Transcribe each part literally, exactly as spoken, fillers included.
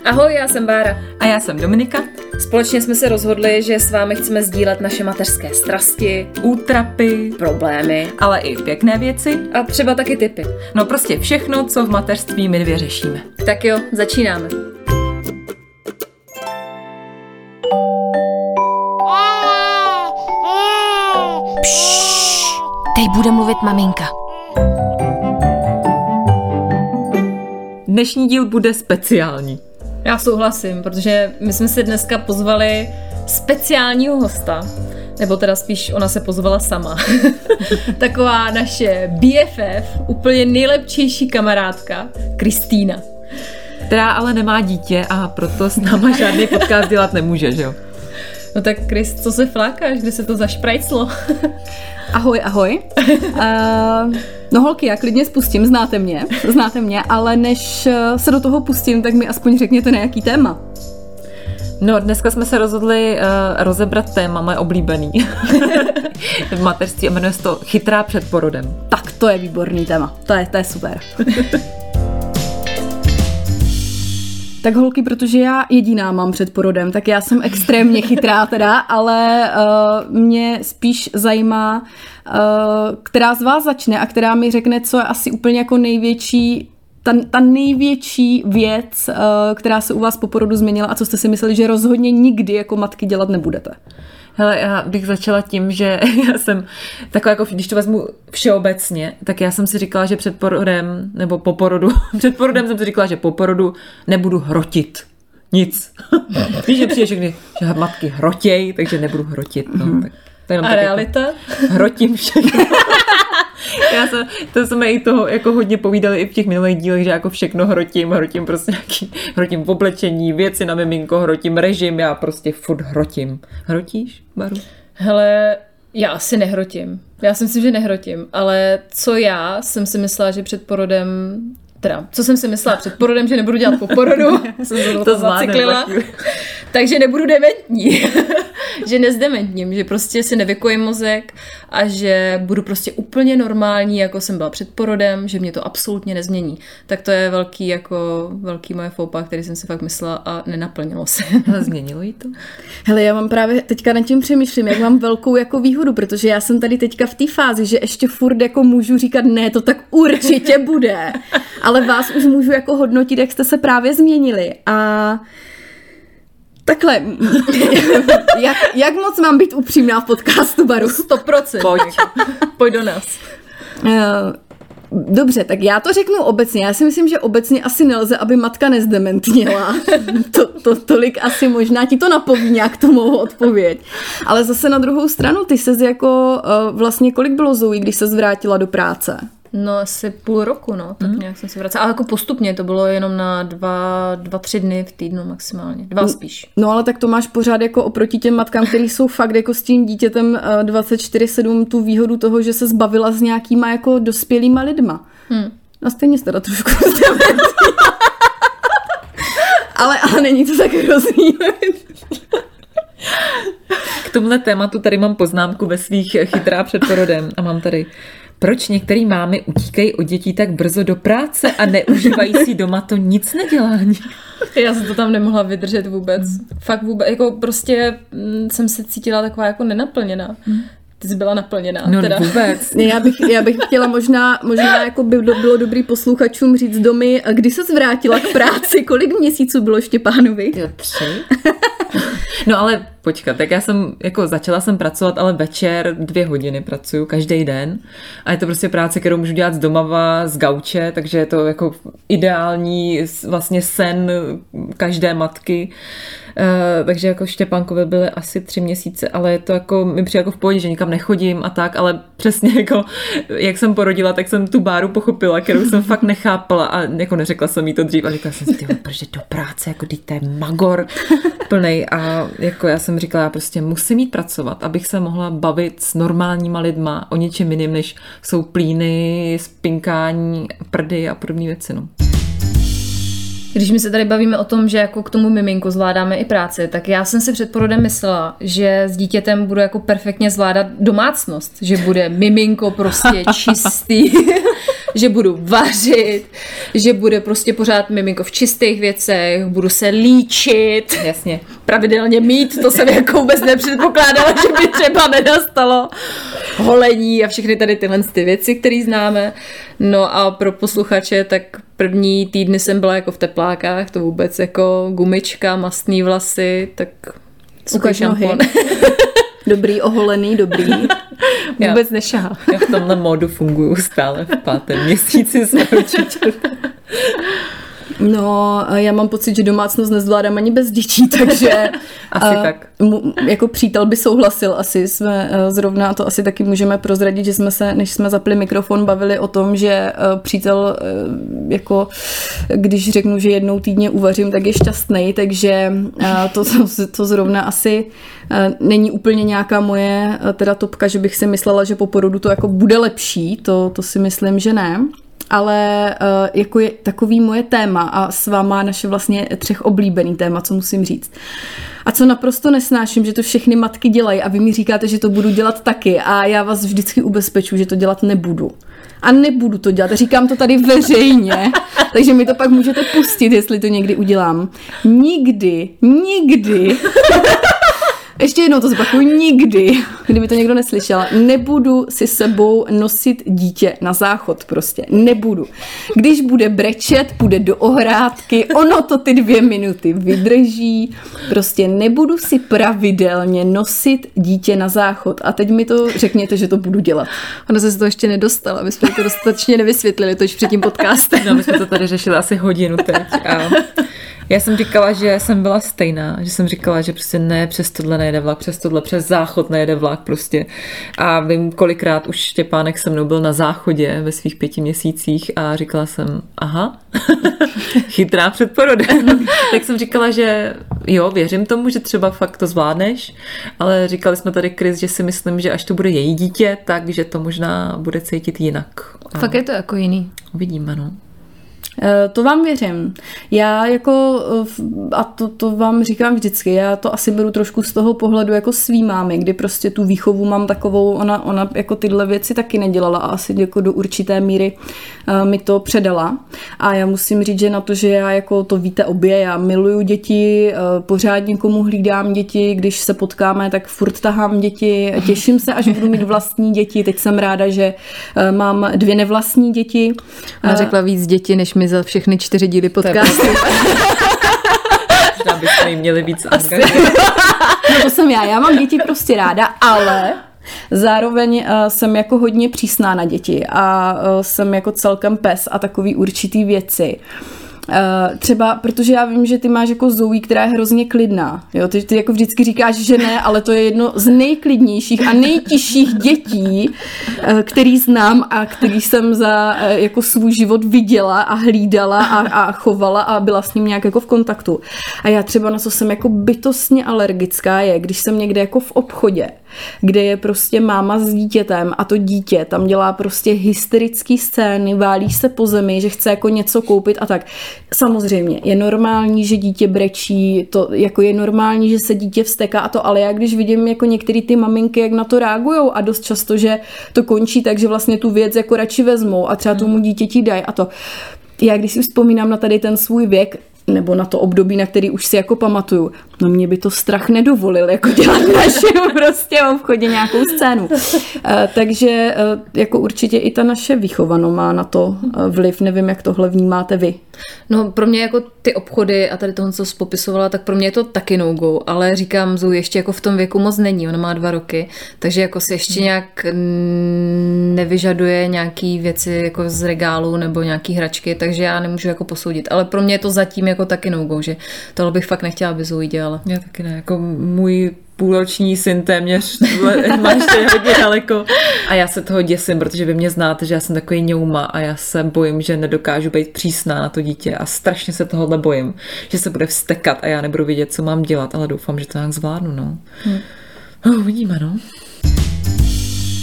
Ahoj, já jsem Bára. A já jsem Dominika. Společně jsme se rozhodli, že s vámi chceme sdílet naše mateřské strasti, útrapy, problémy, ale i pěkné věci. A třeba taky tipy. No prostě všechno, co v mateřství my dvě řešíme. Tak jo, začínáme. Pšš, teď bude mluvit maminka. Dnešní díl bude speciální. Já souhlasím, protože my jsme si dneska pozvali speciálního hosta, nebo teda spíš ona se pozvala sama. Taková naše B F F, úplně nejlepčejší kamarádka, Kristýna. Která ale nemá dítě a proto s náma žádný podcast dělat nemůže, že jo? No tak Krist, co se flákáš, kde se to zašprajclo? Ahoj, ahoj. Uh, no holky, já klidně spustím, znáte mě, znáte mě, ale než se do toho pustím, tak mi aspoň řekněte na jaký téma. No, dneska jsme se rozhodli uh, rozebrat téma moje oblíbený v mateřství a jmenuje se to Chytrá před porodem. Tak to je výborný téma, to je, to je super. Tak holky, protože já jediná mám před porodem, tak já jsem extrémně chytrá teda, ale uh, mě spíš zajímá, uh, která z vás začne a která mi řekne, co je asi úplně jako největší, ta, ta největší věc, uh, která se u vás po porodu změnila a co jste si mysleli, že rozhodně nikdy jako matky dělat nebudete. Hele, já bych začala tím, že já jsem takhle jako, když to vezmu všeobecně, tak já jsem si říkala, že před porodem, nebo po porodu, před porodem jsem si říkala, že po porodu nebudu hrotit. Nic. Víš, že přijde všechny, že matky hrotěj, takže nebudu hrotit. No, tak to jenom a tak realita? Jako hrotím všechno. Já jsem, to jsme i toho jako hodně povídali i v těch minulých dílech, že jako všechno hrotím, hrotím prostě nějaký, hrotím v oblečení, věci na miminko, hrotím režim, já prostě furt hrotím. Hrotíš, Baru? Hele, já asi nehrotím. Já si myslím, že nehrotím, ale co já jsem si myslela, že před porodem, teda, co jsem si myslela před porodem, že nebudu dělat po porodu, jsem se to, to zacyklila, takže nebudu dementní. Že nezdementním, že prostě si nevykojím mozek a že budu prostě úplně normální, jako jsem byla před porodem, že mě to absolutně nezmění. Tak to je velký, jako velký moje foupa, který jsem si fakt myslela a nenaplnilo se. Ale změnilo jí to? Hele, já mám právě teďka nad tím přemýšlím, jak mám velkou jako výhodu, protože já jsem tady teďka v té fázi, že ještě furt jako můžu říkat, ne, to tak určitě bude. Ale vás už můžu jako hodnotit, jak jste se právě změnili a takhle, jak, jak moc mám být upřímná v podcastu, Baru? sto procent. Pojď. Pojď do nás. Dobře, tak já to řeknu obecně. Já si myslím, že obecně asi nelze, aby matka nezdementněla. To, to, tolik asi možná ti to napoví nějak tu mou odpověď. Ale zase na druhou stranu, ty ses jako, vlastně kolik bylo Zoe, když ses vrátila do práce? No asi půl roku, no, tak mm. nějak jsem se vracela. Ale jako postupně, to bylo jenom na dva, dva, tři dny v týdnu maximálně. Dva spíš. No ale tak to máš pořád jako oproti těm matkám, který jsou fakt jako s tím dítětem dvacet čtyři sedm tu výhodu toho, že se zbavila s nějakýma jako dospělýma lidma. Hmm. No stejně jste teda trošku ale, ale není to tak hrozný. K tomuhle tématu tady mám poznámku ve svých Chytrá před porodem a mám tady: proč některý mámy utíkají od dětí tak brzo do práce a neužívají si doma to nic nedělání? Já jsem to tam nemohla vydržet vůbec. Hmm. Fakt vůbec. Jako prostě m, jsem se cítila taková jako nenaplněná. Hmm. Ty jsi byla naplněná. No teda. Vůbec. Já bych, já bych chtěla možná, možná jako by bylo dobrý posluchačům říct domy, kdy se vrátila k práci, kolik měsíců bylo Štěpánovi? Jo, tři. No ale počkat, tak já jsem, jako začala jsem pracovat, ale večer dvě hodiny pracuju každý den a je to prostě práce, kterou můžu dělat z domova, z gauče, takže je to jako ideální vlastně sen každé matky. Uh, takže jako Štěpánkovi byly asi tři měsíce, ale je to jako, mi přijde jako v pohodě, že nikam nechodím a tak, ale přesně jako, jak jsem porodila, tak jsem tu Báru pochopila, kterou jsem fakt nechápala a jako neřekla jsem jí to dřív a říkala jsem si, tyhle, protože do práce, jako to je magor plnej a jako já jsem říkala, já prostě musím jít pracovat, abych se mohla bavit s normálníma lidma o něčem jiným, než jsou plíny, spinkání, prdy a podobné věci, no. Když my se tady bavíme o tom, že jako k tomu miminku zvládáme i práci, tak já jsem si před porodem myslela, že s dítětem budu jako perfektně zvládat domácnost, že bude miminko prostě čistý, že budu vařit, že bude prostě pořád miminko v čistých věcech, budu se líčit. Jasně. Pravidelně mít, to jsem jako vůbec nepředpokládala, že by třeba nedostalo holení a všechny tady tyhle ty věci, které známe. No a pro posluchače, tak první týdny jsem byla jako v teplákách, to vůbec jako gumička, mastný vlasy, tak ukaž nohy. Dobrý, oholený, dobrý. Vůbec já, nešahá. Já v tomhle módu funguju stále v pátém měsíci svého dítěte. No, já mám pocit, že domácnost nezvládám ani bez dětí, takže asi tak. Mu, jako přítel by souhlasil asi. Jsme zrovna, to asi taky můžeme prozradit, že jsme se, než jsme zapli mikrofon, bavili o tom, že přítel, jako když řeknu, že jednou týdně uvařím, tak je šťastný, takže to, to, to zrovna asi není úplně nějaká moje teda topka, že bych si myslela, že po porodu to jako bude lepší, to, to si myslím, že ne. Ale uh, jako je takový moje téma a s váma naše vlastně třech oblíbený téma, co musím říct. A co naprosto nesnáším, že to všechny matky dělají a vy mi říkáte, že to budu dělat taky a já vás vždycky ubezpečuji, že to dělat nebudu. A nebudu to dělat, říkám to tady veřejně, takže mi to pak můžete pustit, jestli to někdy udělám. Nikdy, nikdy... Ještě jednou to zopakuju, nikdy, kdyby to někdo neslyšel, nebudu si sebou nosit dítě na záchod prostě, nebudu. Když bude brečet, půjde do ohrádky, ono to ty dvě minuty vydrží, prostě nebudu si pravidelně nosit dítě na záchod a teď mi to řekněte, že to budu dělat. Ono se to ještě nedostala, my jsme to dostatečně nevysvětlili, to už před tím podcastem. No, my jsme to tady řešili asi hodinu teď a... Já jsem říkala, že jsem byla stejná, že jsem říkala, že prostě ne, přes tohle nejede vlak, přes tohle, přes záchod nejede vlak prostě. A vím, kolikrát už Štěpánek se mnou byl na záchodě ve svých pěti měsících a říkala jsem, aha, chytrá před porodem. Tak jsem říkala, že jo, věřím tomu, že třeba fakt to zvládneš, ale říkali jsme tady, Chris, že si myslím, že až to bude její dítě, tak, že to možná bude cítit jinak. A fakt je to jako jiný. Uvidíme, no. To vám věřím. Já jako, a to, to vám říkám vždycky, já to asi beru trošku z toho pohledu jako svý mámy, kdy prostě tu výchovu mám takovou, ona, ona jako tyhle věci taky nedělala a asi jako do určité míry uh, mi to předala. A já musím říct, že na to, že já jako to víte obě, já miluju děti, uh, pořád někomu hlídám děti, když se potkáme, tak furt tahám děti, těším se, až budu mít vlastní děti. Teď jsem ráda, že uh, mám dvě nevlastní děti. A řekla víc děti, než mi za všechny čtyři díly podcastu. Možná bychom jim měli víc angažovat. No to jsem já, já mám děti prostě ráda, ale zároveň uh, jsem jako hodně přísná na děti a uh, jsem jako celkem pes a takový určitý věci. Uh, třeba, protože já vím, že ty máš jako Zoe, která je hrozně klidná. Jo? Ty, ty jako vždycky říkáš, že ne, ale to je jedno z nejklidnějších a nejtižších dětí, uh, který znám a který jsem za uh, jako svůj život viděla a hlídala a, a chovala a byla s ním nějak jako v kontaktu. A já třeba na co jsem jako bytostně alergická je, když jsem někde jako v obchodě, kde je prostě máma s dítětem a to dítě tam dělá prostě hysterický scény, válí se po zemi, že chce jako něco koupit a tak. Samozřejmě, je normální, že dítě brečí, to jako je normální, že se dítě vzteká a to, ale já když vidím jako některé ty maminky, jak na to reagujou a dost často, že to končí tak, že vlastně tu věc jako radši vezmou a třeba tomu dítěti dají a to. Já když si vzpomínám na tady ten svůj věk, nebo na to období, na který už si jako pamatuju, no mě by to strach nedovolil jako dělat v našem prostě obchodě nějakou scénu. E, takže e, jako určitě i ta naše výchova má na to vliv, nevím, jak tohle vnímáte vy. No pro mě jako ty obchody a tady toho, co jsi popisovala, tak pro mě je to taky no-go, ale říkám, Zoe ještě jako v tom věku moc není, ona má dva roky, takže jako se ještě nějak nevyžaduje nějaký věci jako z regálu nebo nějaký hračky, takže já nemůžu jako posoudit, ale pro mě je to zatím jako taky no-go, že tohle bych fakt nechtěla, aby Zoe dělala. Já taky ne, jako můj půlroční syn téměř má ještě hodně daleko a já se toho děsím, protože vy mě znáte, že já jsem takový ňouma a já se bojím, že nedokážu být přísná na to dítě a strašně se tohohle bojím, že se bude vztekat a já nebudu vědět, co mám dělat, ale doufám, že to nějak zvládnu, no. Hmm. No, uvidíme, no.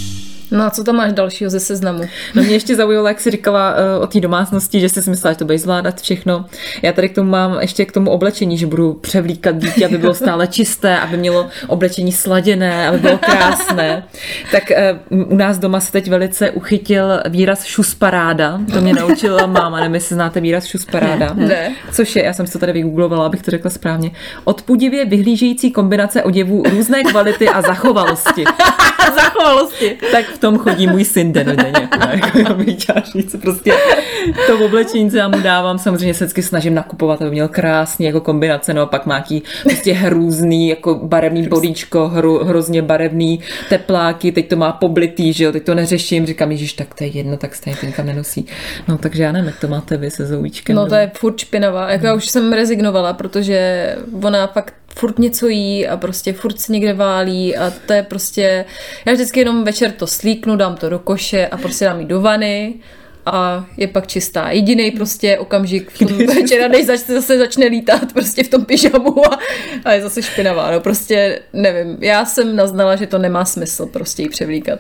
No a co tam máš dalšího ze seznamu? No mě ještě zaujalo, jak jsi říkala uh, o té domácnosti, že jsi si myslela, že to budeš zvládat všechno. Já tady k tomu mám ještě k tomu oblečení, že budu převlíkat dítě, aby bylo stále čisté, aby mělo oblečení sladěné, aby bylo krásné. Tak uh, u nás doma se teď velice uchytil výraz šusparáda. To mě naučila máma, nevím, jestli znáte výraz šusparáda. Ne. ne. Což je, já jsem si to tady vygooglovala, abych to řekla správně, odpudivě vyhlížející kombinace oděvů různé kvality a zachovalosti. Zachovalosti. Tak v tom chodí můj syn denodenně. Jako já bych chtěla říct, prostě to oblečení, co já mu dávám, samozřejmě se vždycky snažím nakupovat, aby měl krásný jako kombinace, no a pak má jaký prostě hrůzný, jako barevný bodíčko, hru, hrozně barevný tepláky, teď to má poblitý, že jo, teď to neřeším, říkám, ježiš, tak to je jedno, tak stejně to nikam nenosí. No takže já nevím, jak to máte vy se Zoíčkem. No to je furt špinavá, jako já už jsem rezignovala, protože ona fakt furt něco jí a prostě furt se někde válí a to je prostě, já vždycky jenom večer to slíknu, dám to do koše a prostě dám jí do vany a je pak čistá. Jedinej prostě okamžik v tom večera, než začne, zase začne lítat prostě v tom pyžamu a, a je zase špinavá. No prostě nevím, já jsem naznala, že to nemá smysl prostě jí převlíkat.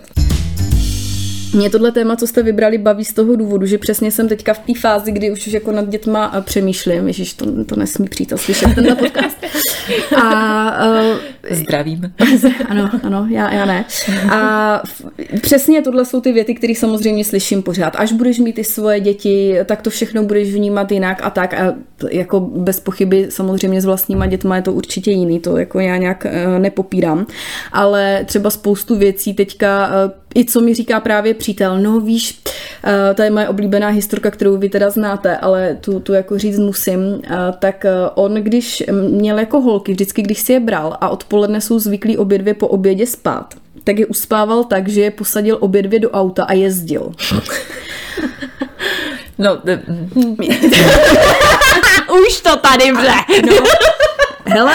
Mě tohle téma, co jste vybrali, baví z toho důvodu, že přesně jsem teďka v té fázi, kdy už jako nad dětma přemýšlím. Ježiš, to, to nesmí přítel slyšet tenhle podcast. A, uh, Zdravím. Ano, ano, já, já ne. A přesně tohle jsou ty věty, které samozřejmě slyším pořád. Až budeš mít ty svoje děti, tak to všechno budeš vnímat jinak a tak. A jako bez pochyby samozřejmě s vlastníma dětma je to určitě jiný, to jako já nějak uh, nepopírám. Ale třeba spoustu věcí teďka uh, i co mi říká právě přítel, no víš, to je moje oblíbená historka, kterou vy teda znáte, ale tu, tu jako říct musím, tak on, když měl jako holky, vždycky, když si je bral a odpoledne jsou zvyklí obě dvě po obědě spát, tak je uspával tak, že je posadil obě dvě do auta a jezdil. No, de... Už to tady vře. No. Hele,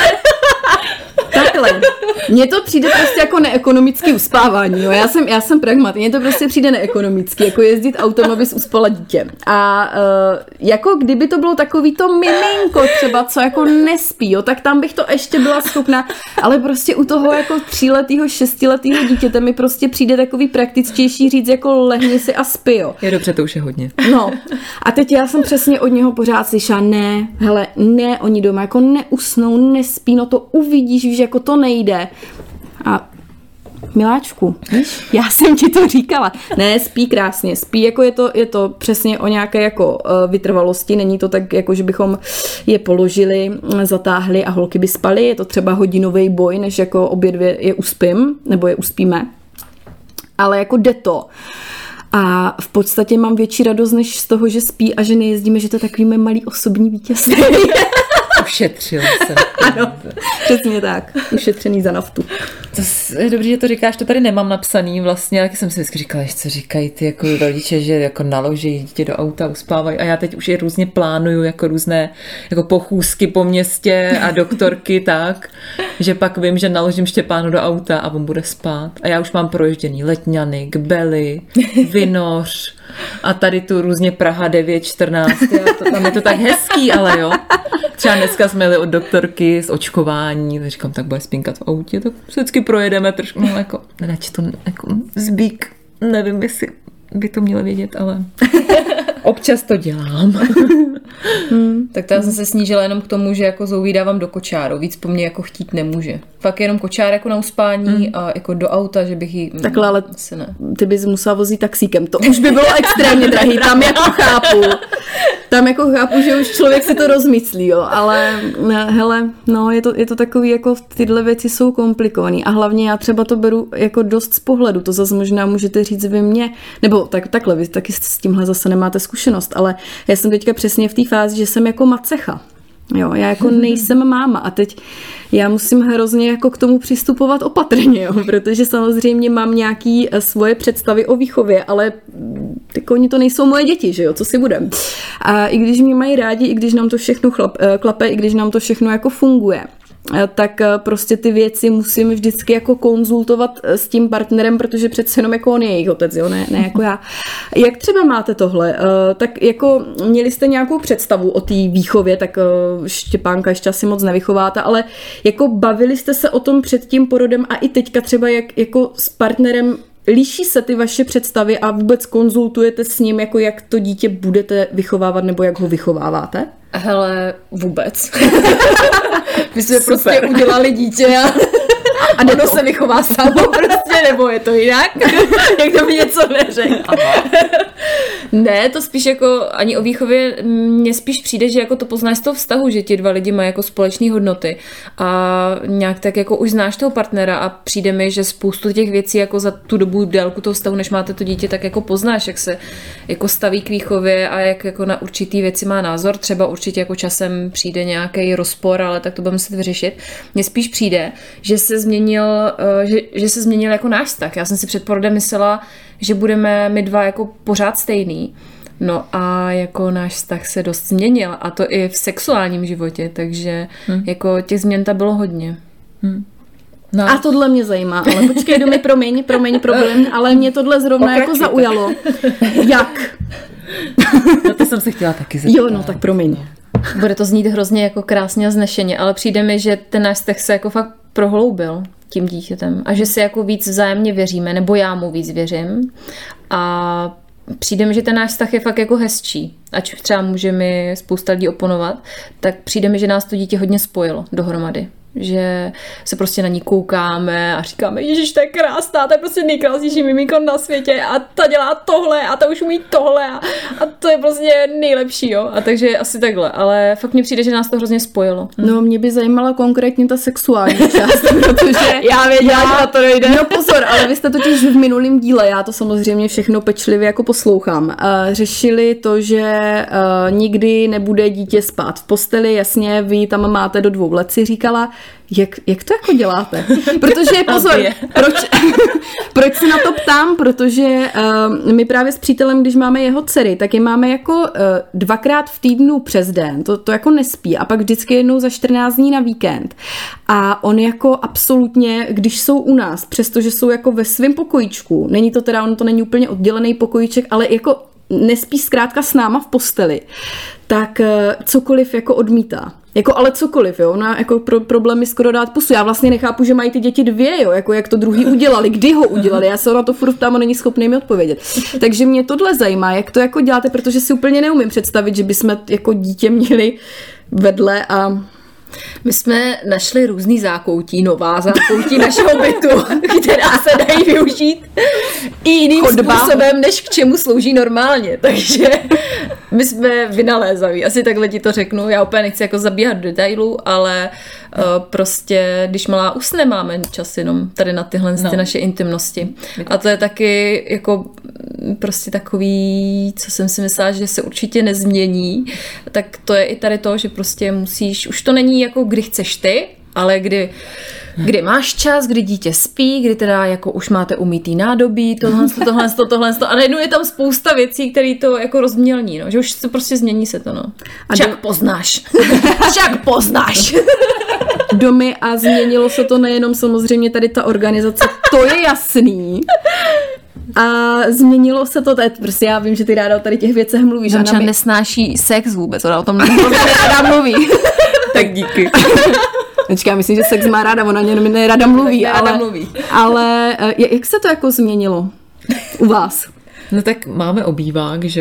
takhle. Mně to přijde prostě jako neekonomický uspávání. Jo. Já jsem, já jsem pragmat. Mně to prostě přijde neekonomicky, jako jezdit autem, abys uspala dítě. A uh, jako kdyby to bylo takový to miminko třeba, co jako nespí, jo, tak tam bych to ještě byla schopna, ale prostě u toho jako tříletýho, šestiletýho dítěte mi prostě přijde takový praktičtější říct jako lehni si a spí, jo. Je dobře, to už je hodně. No. A teď já jsem přesně od něho pořád slyšela, ne, hele, ne, oni doma jako neusnou, nespí, no to uvidíš, víš, jako to nejde. A miláčku, víš, já jsem ti to říkala. Ne, spí krásně, spí, jako je to, je to přesně o nějaké jako uh, vytrvalosti, není to tak, jako že bychom je položili, zatáhli a holky by spaly, je to třeba hodinový boj, než jako obě dvě je uspím, nebo je uspíme. Ale jako jde to. A v podstatě mám větší radost, než z toho, že spí a že nejezdíme, že to je takový mé malý osobní vítězství. Ušetřil jsem. Ano, přesně tak. Ušetřený za naftu. To je dobrý, že to říkáš, to tady nemám napsaný vlastně, ale jsem si vždycky říkala, že co říkají ty jako rodiče, že jako naloží dítě do auta, uspávají a já teď už je různě plánuju jako různé jako pochůzky po městě a doktorky tak, že pak vím, že naložím Štěpánu do auta a on bude spát a já už mám proježděný Letňany, Kbely, Vinoř a tady tu různě Praha devět čtrnáct, to, tam je to tak hezký, ale jo. Třeba dneska jsme jeli od doktorky z očkování, tak říkám, tak bude spinkat v autě, tak vždycky projedeme trošku, no jako, radši to jako zbík, nevím, jestli by to měla vědět, ale občas to dělám. Hmm. Tak to já jsem se snížila jenom k tomu, že jako Zoe dávám do kočáru, víc po mně jako chtít nemůže. Fakt jenom kočár jako na uspání hmm. a jako do auta, že bych jí... Takhle, ale asi ne. Ty bys musela vozit taxíkem, to už by bylo extrémně drahý, tam jako chápu. Tam jako chápu, že už člověk si to rozmyslí, jo, ale ne, hele, no je to, je to takový, jako tyhle věci jsou komplikovaný a hlavně já třeba to beru jako dost z pohledu, to zase možná můžete říct vy mě, nebo tak, takhle, vy taky s tímhle zase nemáte zkušenost, ale já jsem teďka přesně v té fázi, že jsem jako macecha. Jo, já jako nejsem máma a teď já musím hrozně jako k tomu přistupovat opatrně, jo, protože samozřejmě mám nějaký svoje představy o výchově, ale tak oni to nejsou moje děti, že jo, co si budem. A i když mě mají rádi, i když nám to všechno chlap, klape, i když nám to všechno jako funguje, tak prostě ty věci musím vždycky jako konzultovat s tím partnerem, protože přece jenom jako on je jejich otec, jo, ne, ne jako já. Jak třeba máte tohle? Tak jako měli jste nějakou představu o té výchově, tak Štěpánka ještě asi moc nevychováte, ale jako bavili jste se o tom před tím porodem a i teďka třeba jak jako s partnerem liší se ty vaše představy a vůbec konzultujete s ním, jako jak to dítě budete vychovávat nebo jak ho vychováváte? Hele, vůbec. My jsme Super. prostě udělali dítě a, a ono se vychová samo prostě, nebo je to jinak, jak to mi něco neřekl. Ne, to spíš jako ani o výchově, mně spíš přijde, že jako to poznáš z toho vztahu, že ti dva lidi mají jako společné hodnoty a nějak tak jako už znáš toho partnera a přijde mi, že spoustu těch věcí jako za tu dobu délku toho vztahu, než máte to dítě, tak jako poznáš, jak se jako staví k výchově a jak jako na určitý věci má názor. Třeba určitě jako časem přijde nějaký rozpor, ale tak to budeme muset vyřešit. Mně spíš přijde, že se změnil, že, že se změnil jako náš vztah. Já jsem si před porodem myslela, že budeme my dva jako pořád stejný. No a jako náš vztah se dost změnil a to i v sexuálním životě, takže hmm. jako těch změn tam bylo hodně. Hmm. No. A tohle mě zajímá, ale počkej, jdu mi, promiň, promiň problém, ale mě tohle zrovna Pokračujte. jako zaujalo. Jak? No to jsem se chtěla taky zeptat. Jo, no tak promiň. Bude to znít hrozně jako krásně a znešeně, ale přijde mi, že ten náš vztah se jako fakt prohloubil tím dítětem a že si jako víc vzájemně věříme, nebo já mu víc věřím a přijde mi, že ten náš vztah je fakt jako hezčí, ať třeba může mi spousta lidí oponovat, tak přijde mi, že nás to dítě hodně spojilo dohromady. Že se prostě na ní koukáme a říkáme, ježiš, to je krásná, to je prostě nejkrásnější miminko na světě a ta dělá tohle a ta už umí tohle a, a to je prostě nejlepší, jo. A takže asi takhle, ale fakt mně přijde, že nás to hrozně spojilo. No, mě by zajímala konkrétně ta sexuální část, protože já věděla, já, že na to dojde. No pozor, ale vy jste totiž v minulém díle, já to samozřejmě všechno pečlivě jako poslouchám, uh, řešili to, že uh, nikdy nebude dítě spát v posteli, jasně, vy tam máte do dvou let, si říkala. Jak, jak to jako děláte? Protože pozor, proč, proč se na to ptám? Protože uh, my právě s přítelem, když máme jeho dcery, tak je máme jako uh, dvakrát v týdnu přes den, to, to jako nespí a pak vždycky jednou za čtrnáct dní na víkend. A on jako absolutně, když jsou u nás, přestože jsou jako ve svém pokojíčku, není to teda, on to není úplně oddělený pokojíček, ale jako nespí zkrátka s náma v posteli, tak uh, cokoliv jako odmítá. Jako ale cokoliv, jo, na jako pro, problémy skoro dát pusu. Já vlastně nechápu, že mají ty děti dvě, jo, jako jak to druhý udělali, kdy ho udělali. Já se na to furt ptám, není schopný mi odpovědět. Takže mě tohle zajímá, jak to jako děláte, protože si úplně neumím představit, že bychom jako dítě měli vedle a... My jsme našli různý zákoutí, nová zákoutí našeho bytu, která se dají využít i jiným Chodba. způsobem, než k čemu slouží normálně. Takže my jsme vynalézaví. Asi takhle ti to řeknu. Já úplně nechci jako zabíhat do detailů, ale uh, prostě, když malá usne, máme čas jenom tady na tyhle no. naše intimnosti. A to je taky jako prostě takový, co jsem si myslela, že se určitě nezmění, tak to je i tady to, že prostě musíš, už to není jako kdy chceš ty, ale kdy, kdy máš čas, kdy dítě spí, kdy teda jako už máte umytý nádobí, tohle, tohle, tohle, tohle, a najednou je tam spousta věcí, které to jako rozmělní, no, že už se prostě změní se to, no. A však do... poznáš. Však poznáš. Domy a změnilo se to nejenom samozřejmě tady ta organizace, to je jasný. A změnilo se to, tady, prostě já vím, že ty ráda o tady těch věcech mluvíš. Zamča mi... nesnáší sex vůbec, ona o tom ráda mluví. Tak díky. Počkej, já myslím, že sex má ráda, ona jenom nerada mluví, ale, mluví. ale jak se to jako změnilo u vás? No tak máme obývák, že?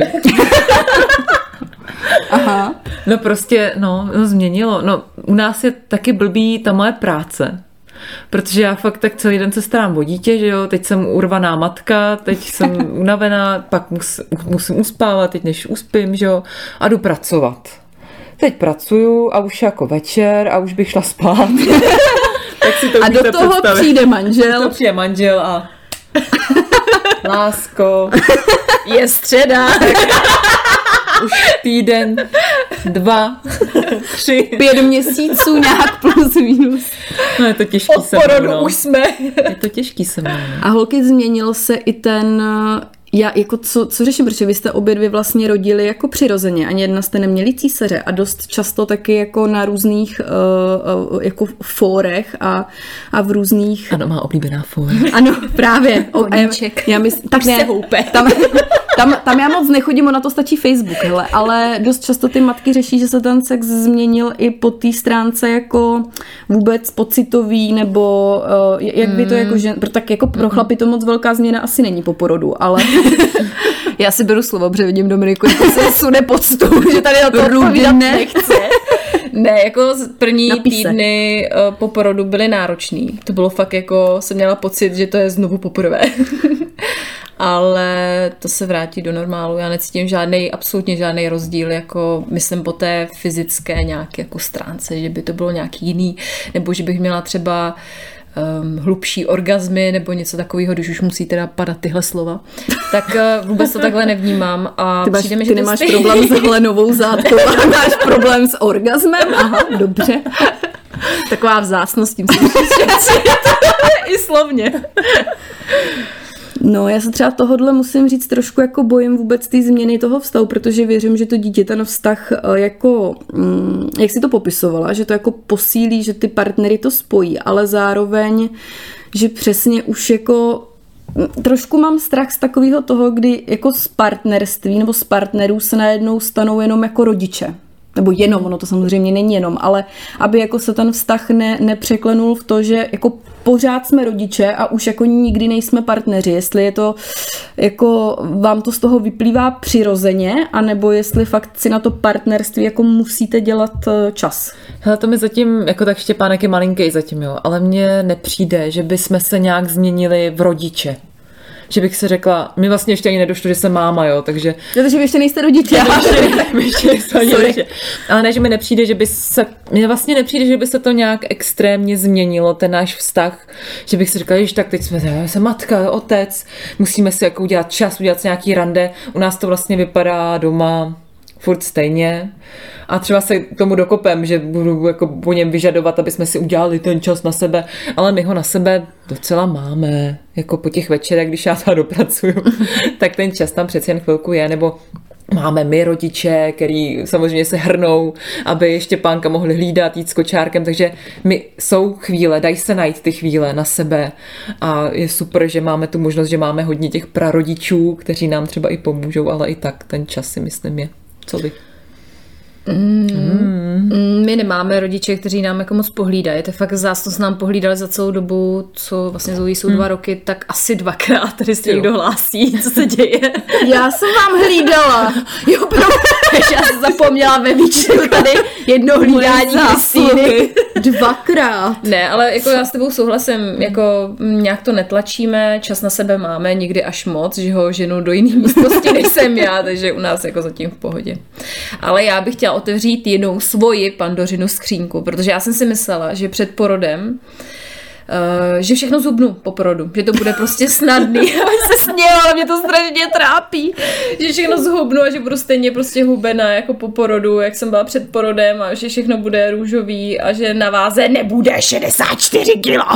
Aha. No prostě, no, no změnilo. No, u nás je taky blbý ta moje práce. Protože já fakt tak celý den se starám o dítě, že jo, teď jsem urvaná matka, teď jsem unavená, pak mus, musím uspávat, teď než uspím, že jo, a jdu pracovat. Teď pracuju a už jako večer a už bych šla spát. Tak si to a do toho představit. Přijde manžel. To přijde manžel a lásko, je středa. Už týden, dva, tři. Pět měsíců nějak plus minus. No je to těžký se mnou. No. Už jsme. Je to těžký se mnou. A holky, změnil se i ten... Já jako co, co řeším, protože vy jste obě dvě vlastně rodili jako přirozeně, ani jedna jste neměli císaře a dost často taky jako na různých uh, uh, jako fórech a, a v různých... Ano, má oblíbená fóra. Ano, právě. O, Koníček. Já mysl, tak ne, houpe. Tam, Tam, tam já moc nechodím, na to stačí Facebook, hele, ale dost často ty matky řeší, že se ten sex změnil i po té stránce jako vůbec pocitový, nebo uh, jak by to jako, že, tak jako pro chlapy to moc velká změna asi není po porodu, ale já si beru slovo, protože vidím Dominiku, jako se sune pod stůl, že tady na to odpovídat nechce. Ne, jako první Napíse. týdny uh, po porodu byly náročný. To bylo fakt jako, jsem měla pocit, že to je znovu poprvé. Ale to se vrátí do normálu. Já necítím žádnej, absolutně žádný rozdíl, jako myslím po té fyzické nějaké jako stránce, že by to bylo nějaký jiný, nebo že bych měla třeba um, hlubší orgazmy, nebo něco takového, když už musí teda padat tyhle slova. Tak uh, vůbec to takhle nevnímám. A ty máš, přijde mi, ty že nemáš stej... problém s hlenovou zátkou, a máš problém s orgazmem? Aha, dobře. Taková vzácnost, tím si i slovně. No, já se třeba tohodle musím říct trošku jako bojím vůbec té změny toho vztahu, protože věřím, že to dítě ten vztah jako, jak si to popisovala, že to jako posílí, že ty partnery to spojí, ale zároveň, že přesně už jako trošku mám strach z takového toho, kdy jako z partnerství nebo z partnerů se najednou stanou jenom jako rodiče. Nebo jenom, ono to samozřejmě není jenom, ale aby jako se ten vztah ne, nepřeklenul v to, že jako pořád jsme rodiče a už jako nikdy nejsme partneři, jestli je to jako vám to z toho vyplývá přirozeně, anebo jestli fakt si na to partnerství jako musíte dělat čas. Hele, to mi zatím, jako tak Štěpánek je malinký zatím, jo, ale mně nepřijde, že bychom se nějak změnili v rodiče. Že bych se řekla, mi vlastně ještě ani nedošlo, že jsem máma, jo, takže... Protože vy ještě nejste rodiče. ještě, ještě rodiče. Ale ne, že mi nepřijde, že by se... Mně vlastně nepřijde, že by se to nějak extrémně změnilo, ten náš vztah, že bych si řekla, že tak teď jsme, já jsem matka, otec, musíme si jako udělat čas, udělat si nějaký rande, u nás to vlastně vypadá doma furt stejně. A třeba se k tomu dokopem, že budu jako po něm vyžadovat, aby jsme si udělali ten čas na sebe, ale my ho na sebe docela máme, jako po těch večerech, když já to dopracuju, tak ten čas tam přeci jen chvilku je, nebo máme my rodiče, který samozřejmě se hrnou, aby ještě pánka mohli hlídat, jít s kočárkem, takže my jsou chvíle, dají se najít ty chvíle na sebe a je super, že máme tu možnost, že máme hodně těch prarodičů, kteří nám třeba i pomůžou, ale i tak ten čas si myslím je. Co vy? Mm, mm. My nemáme rodiče, kteří nám jako moc pohlídají. To je fakt zásnost, nám pohlídali za celou dobu, co vlastně Zoe jsou mm. dva roky, tak asi dvakrát tady se někdo hlásí, co se děje. Já jsem vám hlídala. Jo, pro... Já jsem zapomněla ve výčtu tady jedno hlídání Kristýny. Dvakrát. Ne, ale jako já s tebou souhlasím, jako nějak to netlačíme, čas na sebe máme, někdy až moc, že ho ženu do jiné místnosti, než jsem já, takže u nás jako zatím v pohodě. Ale já bych chtěla otevřít jednou svoji Pandořinu skřínku, protože já jsem si myslela, že před porodem Uh, že všechno zhubnu po porodu, že to bude prostě snadný. A se směla, ale mě to strašně trápí, že všechno zhubnu a že budu stejně prostě hubená jako po porodu, jak jsem byla před porodem a že všechno bude růžový a že na váze nebude šedesát čtyři kilo.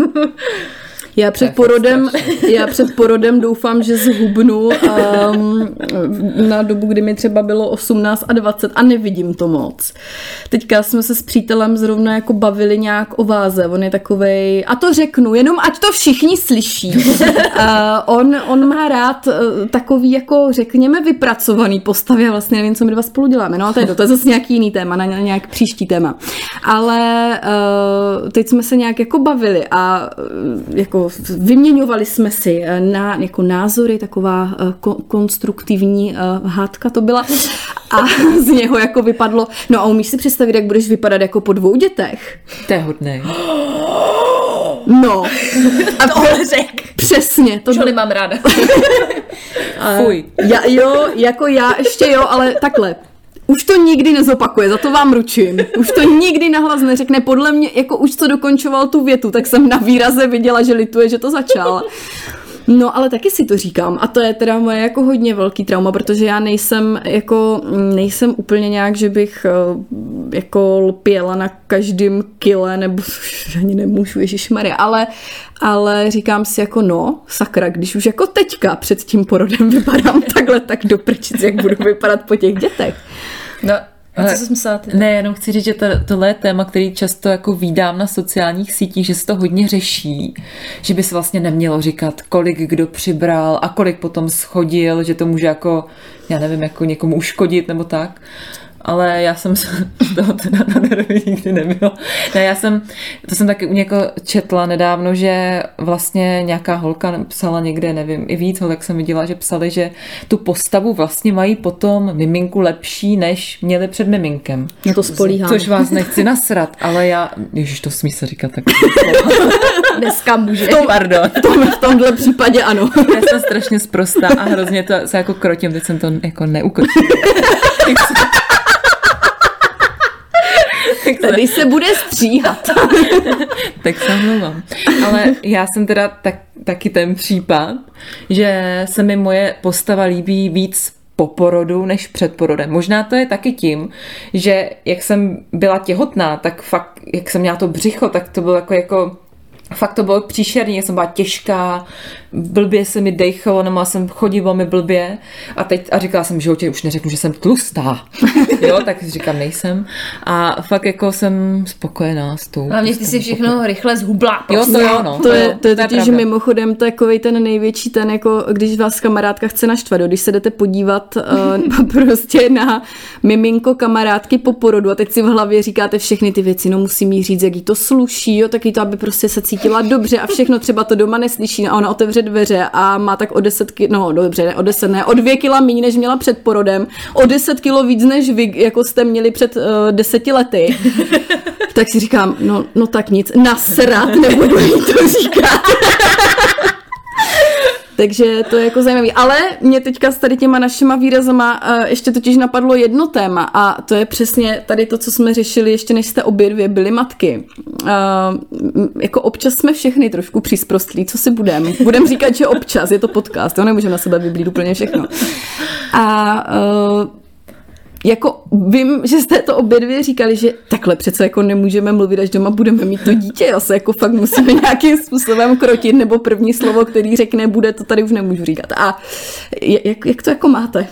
Já před porodem, já před porodem doufám, že zhubnu um, na dobu, kdy mi třeba bylo osmnáct a dvacet a nevidím to moc. Teďka jsme se s přítelem zrovna jako bavili nějak o váze, on je takovej, a to řeknu, jenom ať to všichni slyší. Uh, on, on má rád uh, takový jako řekněme vypracovaný postavy, já vlastně nevím, co my dva spolu děláme, no ale to je to, to je zase nějaký jiný téma, na nějak příští téma. Ale uh, teď jsme se nějak jako bavili a uh, jako vyměňovali jsme si na, jako názory, taková uh, konstruktivní uh, hádka to byla a z něho jako vypadlo, no a umíš si představit, jak budeš vypadat jako po dvou dětech? To je hodnej. No. A tohle řek. Přesně. To žoli mám ráda. Fuj. Já, jo, jako já ještě jo, ale takhle. Už to nikdy nezopakuje, za to vám ručím. Už to nikdy nahlas neřekne. Podle mě, jako už co dokončoval tu větu, tak jsem na výraze viděla, že lituje, že to začal. No, ale taky si to říkám. A to je teda moje jako hodně velký trauma, protože já nejsem jako, nejsem úplně nějak, že bych jako lpěla na každém kile, nebo ani nemůžu, ježišmarja, ale, ale říkám si jako no, sakra, když už jako teďka před tím porodem vypadám takhle, tak do prčic, jak budu vypadat po těch dětech. No, A co jsi myslela ty? Ne, jenom chci říct, že to, tohle je téma, který často jako vídám na sociálních sítích, že se to hodně řeší, že by se vlastně nemělo říkat, kolik kdo přibral a kolik potom schodil, že to může jako, já nevím, jako někomu uškodit nebo tak. Ale já jsem z toho teda na nervy nikdy nebyla. Ne, já jsem, to jsem taky u někoho četla nedávno, že vlastně nějaká holka psala někde, nevím, i víc holek jsem viděla, že psali, že tu postavu vlastně mají potom miminku lepší, než měli před miminkem. Na to spolíhám. Což vás nechci nasrat, ale já, ježiš, to smí se říkat tak. Dneska může. To, pardon. V, tom, v tomhle případě ano. Já jsem strašně sprostá a hrozně to se jako krotím, teď jsem to jako neukročila. Tady se bude stříhat. Tak se omlouvám. Ale já jsem teda tak, taky ten případ, že se mi moje postava líbí víc po porodu než před porodem. Možná to je taky tím, že jak jsem byla těhotná, tak fakt, jak jsem měla to břicho, tak to bylo jako, jako fakt to bylo příšerný, já jsem byla těžká, blbě se mi dejchalo, nemohla jsem chodit velmi blbě a teď a říkala jsem v životě, už neřeknu, že jsem tlustá. Jo, tak říkám, nejsem. A fakt jako jsem spokojená s tou. Hlavně ty si všechno pokoju. Rychle zhubla. Jo, to jo, no. To je, to je totiž, že mimochodem takovej ten největší ten, jako když vás kamarádka chce naštvat, když se jdete podívat uh, prostě na miminko kamarádky po porodu a teď si v hlavě říkáte všechny ty věci, no musím jí říct, jak jí to sluší, jo, taky to, aby prostě se cítila dobře a všechno třeba to doma neslyší a ona otevře dveře a má tak o deset kilo, no dobře, ne o deset, ne, o dvě kila míň, než měla před porodem, o deset kilo víc, než vy, jako jste měli před uh, deseti lety. Tak si říkám, no, no tak nic, nasrat, nebudu jí to říkat. Takže to je jako zajímavý. Ale mě teďka s tady těma našima výrazama uh, ještě totiž napadlo jedno téma a to je přesně tady to, co jsme řešili ještě než jste obě dvě byly matky. Uh, jako občas jsme všechny trošku přísprostlí, co si budem. Budem říkat, že občas, je to podcast, jo, nemůžeme na sebe vyblít úplně všechno. A uh, jako vím, že jste to obě dvě říkali, že takhle přece jako nemůžeme mluvit, až doma budeme mít to dítě, já se jako fakt musíme nějakým způsobem krotit, nebo první slovo, který řekne, bude, to tady už nemůžu říkat. A jak, jak to jako máte?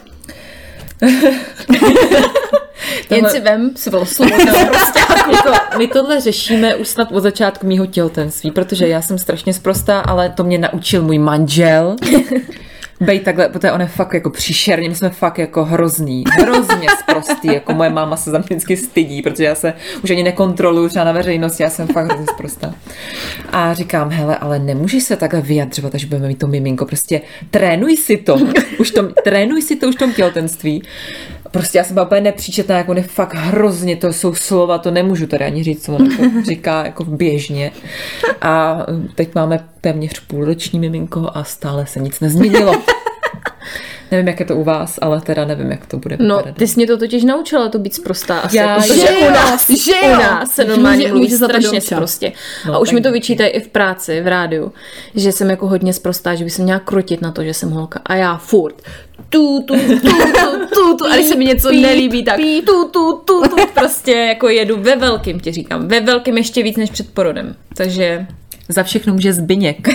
Jen si vem svou slovo. Prostě jako, my tohle řešíme už snad od začátku mýho těhotenství, protože já jsem strašně sprostá, ale to mě naučil můj manžel. Bej takhle, protože on je fakt jako příšerně, my jsme fakt jako hrozný, hrozně sprostý, jako moje máma se za mě vždycky stydí, protože já se už ani nekontroluju třeba na veřejnosti, já jsem fakt hrozně sprostá. A říkám, hele, ale nemůžeš se takhle vyjadřovat, až budeme mít to miminko, prostě trénuj si to, už tom, trénuj si to už v tom těhotenství. Prostě já jsem byla úplně nepříčetná, jako ne fakt hrozně, to jsou slova, to nemůžu tady ani říct, co on jako říká jako běžně. A teď máme téměř půlroční miminko a stále se nic nezměnilo. Nevím, jak je to u vás, ale teda nevím, jak to bude No, vypadat. ty jsi mě to totiž naučila to být sprostá. Asi, Já, protože že u nás, že u jo. nás se normálně Může- mluví může za to strašně Domča. sprostě. No, A už tak mi to díky. vyčítají i v práci, v rádiu, že jsem jako hodně sprostá, že by se měla krotit na to, že jsem holka. A já furt tu, tu, tu, tu, tu, tu. A když se mi něco nelíbí, tak tu, tu, tu, tu. Prostě jako jedu ve velkým, ti říkám. Ve velkým ještě víc než před porodem. Takže Za všechno může Zbyněk.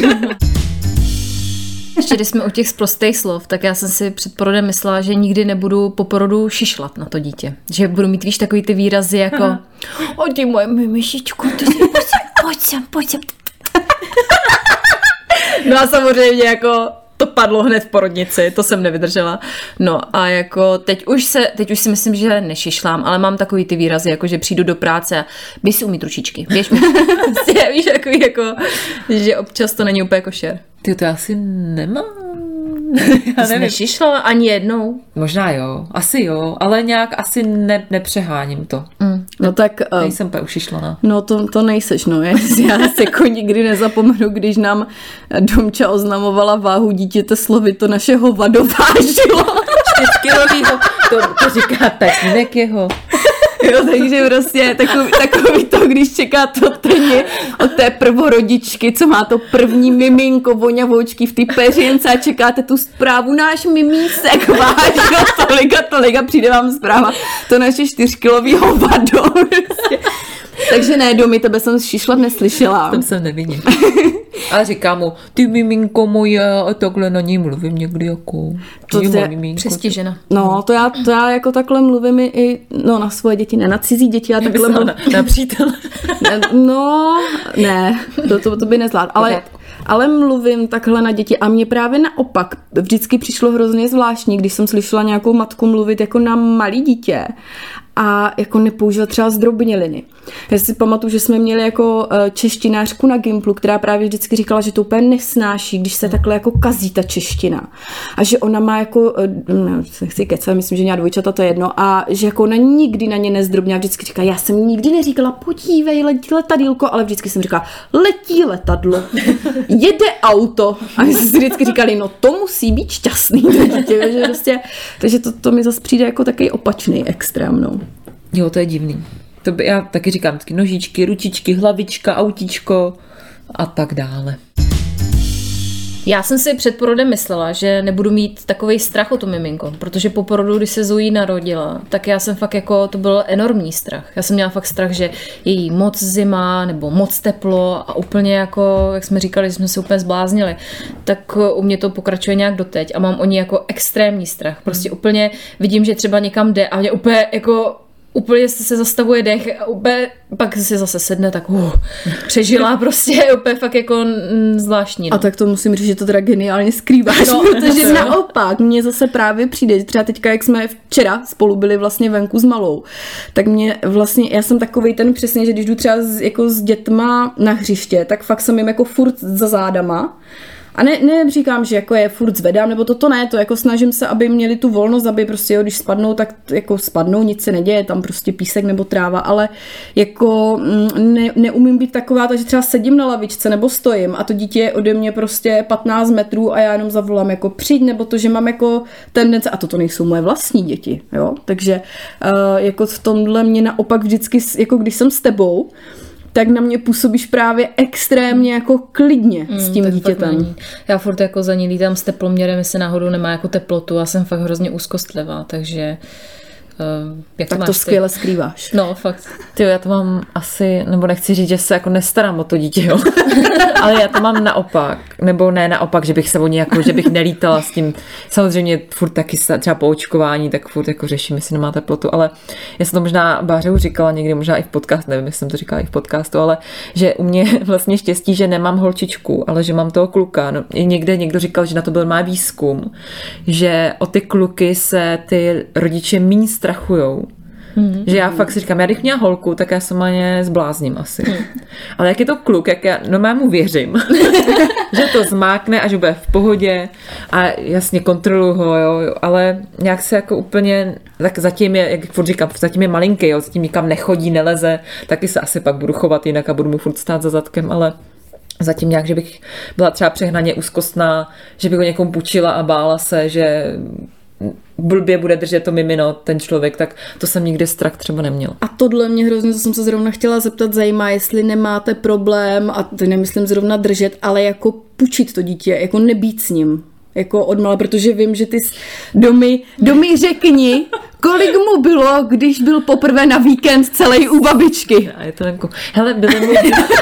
ještě když jsme u těch sprostých slov, tak já jsem si před porodem myslela, že nikdy nebudu po porodu šišlat na to dítě. Že budu mít, víš, takový ty výrazy jako o ty moje myšičku, ty si pojď sem, pojď sem, pojď sem. No a samozřejmě jako to padlo hned v porodnici, to jsem nevydržela. No a jako teď už se, teď už si myslím, že nešišlám, ale mám takový ty výrazy, jako že přijdu do práce a běž si umýt ručičky, běž mi. Prostě, víš, jako, jako, že občas to není úplně košer. Ty to asi nemám. Já jsi nešišla ani jednou? Možná jo, asi jo, ale nějak asi ne, nepřeháním to. Mm. No tak... Uh, Nejsem úplně ušišlaná. No to, to nejseš, no. Já si jako nikdy nezapomenu, když nám Domča oznamovala váhu dítěte slovy, to naše hovado vážilo. Čtyřkilovýho, to, to říká tatínek jeho. Jo, takže prostě takový, takový to, když čeká to teni od té prvorodičky, co má to první miminko, voňavoučky v té peřince a čekáte tu zprávu, náš mimísek vážil tolik a tolik a přijde vám zpráva, to naše čtyřkilový hovado. Prostě. Takže ne, Domi, tebe jsem šišlat neslyšela. Tam jsem neviděl. A říká mu, ty miminko moje, a takhle na něj mluvím někdy jako. To je přestižena. No, to já, to já jako takhle mluvím i no, na svoje děti, ne na cizí děti, já takhle mluvím. Na, na přítele. No, ne, to, to, to by nezvládl, ale... Ale mluvím takhle na děti a mně právě naopak vždycky přišlo hrozně zvláštní, když jsem slyšela nějakou matku mluvit jako na malý dítě a jako nepoužila třeba zdrobněliny. Já si pamatuju, že jsme měli jako češtinářku na Gimplu, která právě vždycky říkala, že to úplně nesnáší, když se takhle jako kazí ta čeština. A že ona má jako, nechci kecat, myslím, že měla dvojčata, to je jedno, a že jako ona nikdy na ně nezdrobněla, vždycky říká, já jsem nikdy neříkala, podívej, letí letadýlko, ale vždycky jsem říkala, letí letadlo, jede auto. A my jsme si vždycky říkali, no to musí být šťastný to dítě, že prostě, takže to, to mi zase přijde jako takový opačný extrém, no. Jo, to je divný. To by, já taky říkám vždycky nožičky, ručičky, hlavička, autíčko a tak dále. Já jsem si před porodem myslela, že nebudu mít takovej strach o to miminko, protože po porodu, když se Zoe narodila, tak já jsem fakt jako, to byl enormní strach. Já jsem měla fakt strach, že je jí moc zima nebo moc teplo a úplně jako, jak jsme říkali, jsme se úplně zbláznili, tak u mě to pokračuje nějak doteď a mám o ní jako extrémní strach. Prostě hmm. úplně vidím, že třeba někam jde a mě úplně jako úplně se zastavuje dech a úplně, pak si zase sedne, tak uh, přežila prostě, úplně fakt jako zvláštní. No. A tak to musím říct, že to teda geniálně skrýváš, no, protože naopak mně zase právě přijde, třeba teďka, jak jsme včera spolu byli vlastně venku s malou, tak mě vlastně, já jsem takovej ten přesně, že když jdu třeba s, jako s dětma na hřiště, tak fakt jsem jim jako furt za zádama. A ne, ne říkám, že jako je furt zvedám, nebo toto ne, to jako snažím se, aby měli tu volnost, aby prostě, jo, když spadnou, tak jako spadnou, nic se neděje, tam prostě písek nebo tráva, ale jako ne, neumím být taková, takže třeba sedím na lavičce nebo stojím a to dítě je ode mě prostě patnáct metrů a já jenom zavolám jako přijď, nebo to, že mám jako tendence, a toto nejsou moje vlastní děti, jo, takže uh, jako v tomhle mě naopak vždycky, jako když jsem s tebou, tak na mě působíš právě extrémně jako klidně mm, s tím dítětem. Já furt jako za ní lítám s teploměrem, jestli náhodou nemá jako teplotu a jsem fakt hrozně úzkostlivá, takže uh, jak tak to, to skvěle skrýváš. No, fakt. Tyjo, já to mám asi, nebo nechci říct, že se jako nestarám o to dítě, jo. Ale já to mám naopak, nebo ne naopak, že bych se o ně jako, že bych nelítala s tím. Samozřejmě furt taky třeba po očkování, tak furt jako řeším, jestli nemá teplotu, ale já jsem to možná Báře už říkala někdy, možná i v podcastu, nevím, jestli jsem to říkala i v podcastu, ale že u mě vlastně štěstí, že nemám holčičku, ale že mám toho kluka. No, i někde někdo říkal, že na to byl má výzkum, že o ty kluky se ty rodiče míň strachujou. Mm-hmm. Že já fakt si říkám, já když měla holku, tak já se mě zblázním asi. Mm. Ale jak je to kluk, jak já no mu věřím, že to zmákne a že bude v pohodě a jasně kontroluju ho, jo, jo, ale nějak se jako úplně, tak zatím je, jak furt říkám, zatím je malinký, jo, zatím nikam nechodí, neleze, taky se asi pak budu chovat jinak a budu mu furt stát za zadkem, ale zatím nějak, že bych byla třeba přehnaně úzkostná, že bych ho někomu půjčila a bála se, že blbě bude držet to mimino, ten člověk, tak to jsem nikdy strach třeba neměla. A tohle mě hrozně, co jsem se zrovna chtěla zeptat, zajímá, jestli nemáte problém, a to nemyslím zrovna držet, ale jako půjčit to dítě, jako nebýt s ním. Jako odmala, protože vím, že ty domy, domy řekni, kolik mu bylo, když byl poprvé na víkend celý u babičky. A je to venku. Hele, byly mu...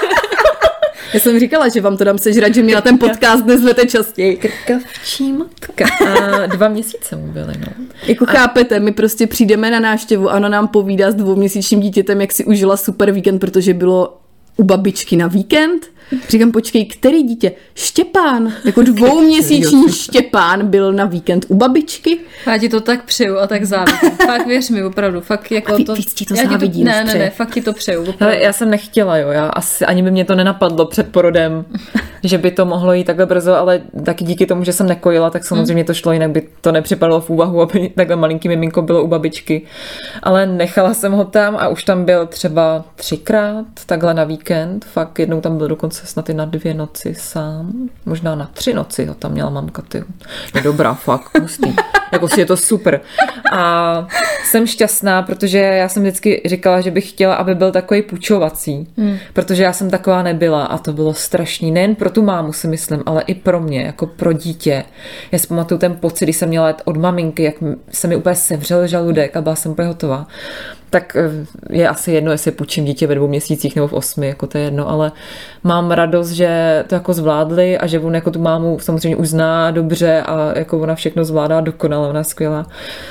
Já jsem říkala, že vám to dám sežrat, že mě na ten podcast nezvete častěji. Krkavčí matka. A dva měsíce mu byly, no. Jako a... chápete, my prostě přijdeme na návštěvu a ona nám povídá s dvouměsíčním dítětem, jak si užila super víkend, protože bylo u babičky na víkend. Říkám, počkej, který dítě? Štěpán, jako dvouměsíční Štěpán byl na víkend u babičky. Já ti to tak přeju a tak závidím. Fakt věř mi, opravdu. Fakt jako a ví, to... víc ti to závidím. Ne, ne, ne, fakt ti to přeju. Hele, já jsem nechtěla, jo, já asi ani by mě to nenapadlo před porodem, že by to mohlo jít takhle brzo, ale taky díky tomu, že jsem nekojila, tak samozřejmě to šlo, jinak by to nepřipadlo v úvahu, aby takhle malinký miminko bylo u babičky. Ale nechala jsem ho tam a už tam byl třeba třikrát takhle na víkend. Fakt jednou tam byl dokonce snad i na dvě noci sám. Možná na tři noci ho tam měla mamka, ty. Je dobrá, fakt, hustý. Jako si je to super. A jsem šťastná, protože já jsem vždycky říkala, že bych chtěla, aby byl takový půjčovací. Hmm. Protože já jsem taková nebyla a to bylo strašný. Nejen pro tu mámu si myslím, ale i pro mě, jako pro dítě. Já si pamatuju ten pocit, když jsem měla jet od maminky, jak se mi úplně sevřel žaludek a byla jsem úplně hotová. Tak je asi jedno, jestli půjčím dítě ve dvou měsících nebo v osmi, jako to je jedno, ale mám radost, že to jako zvládli a že on jako tu mámu samozřejmě už zná dobře a jako ona všechno zvládá dokonale, ona je skvělá.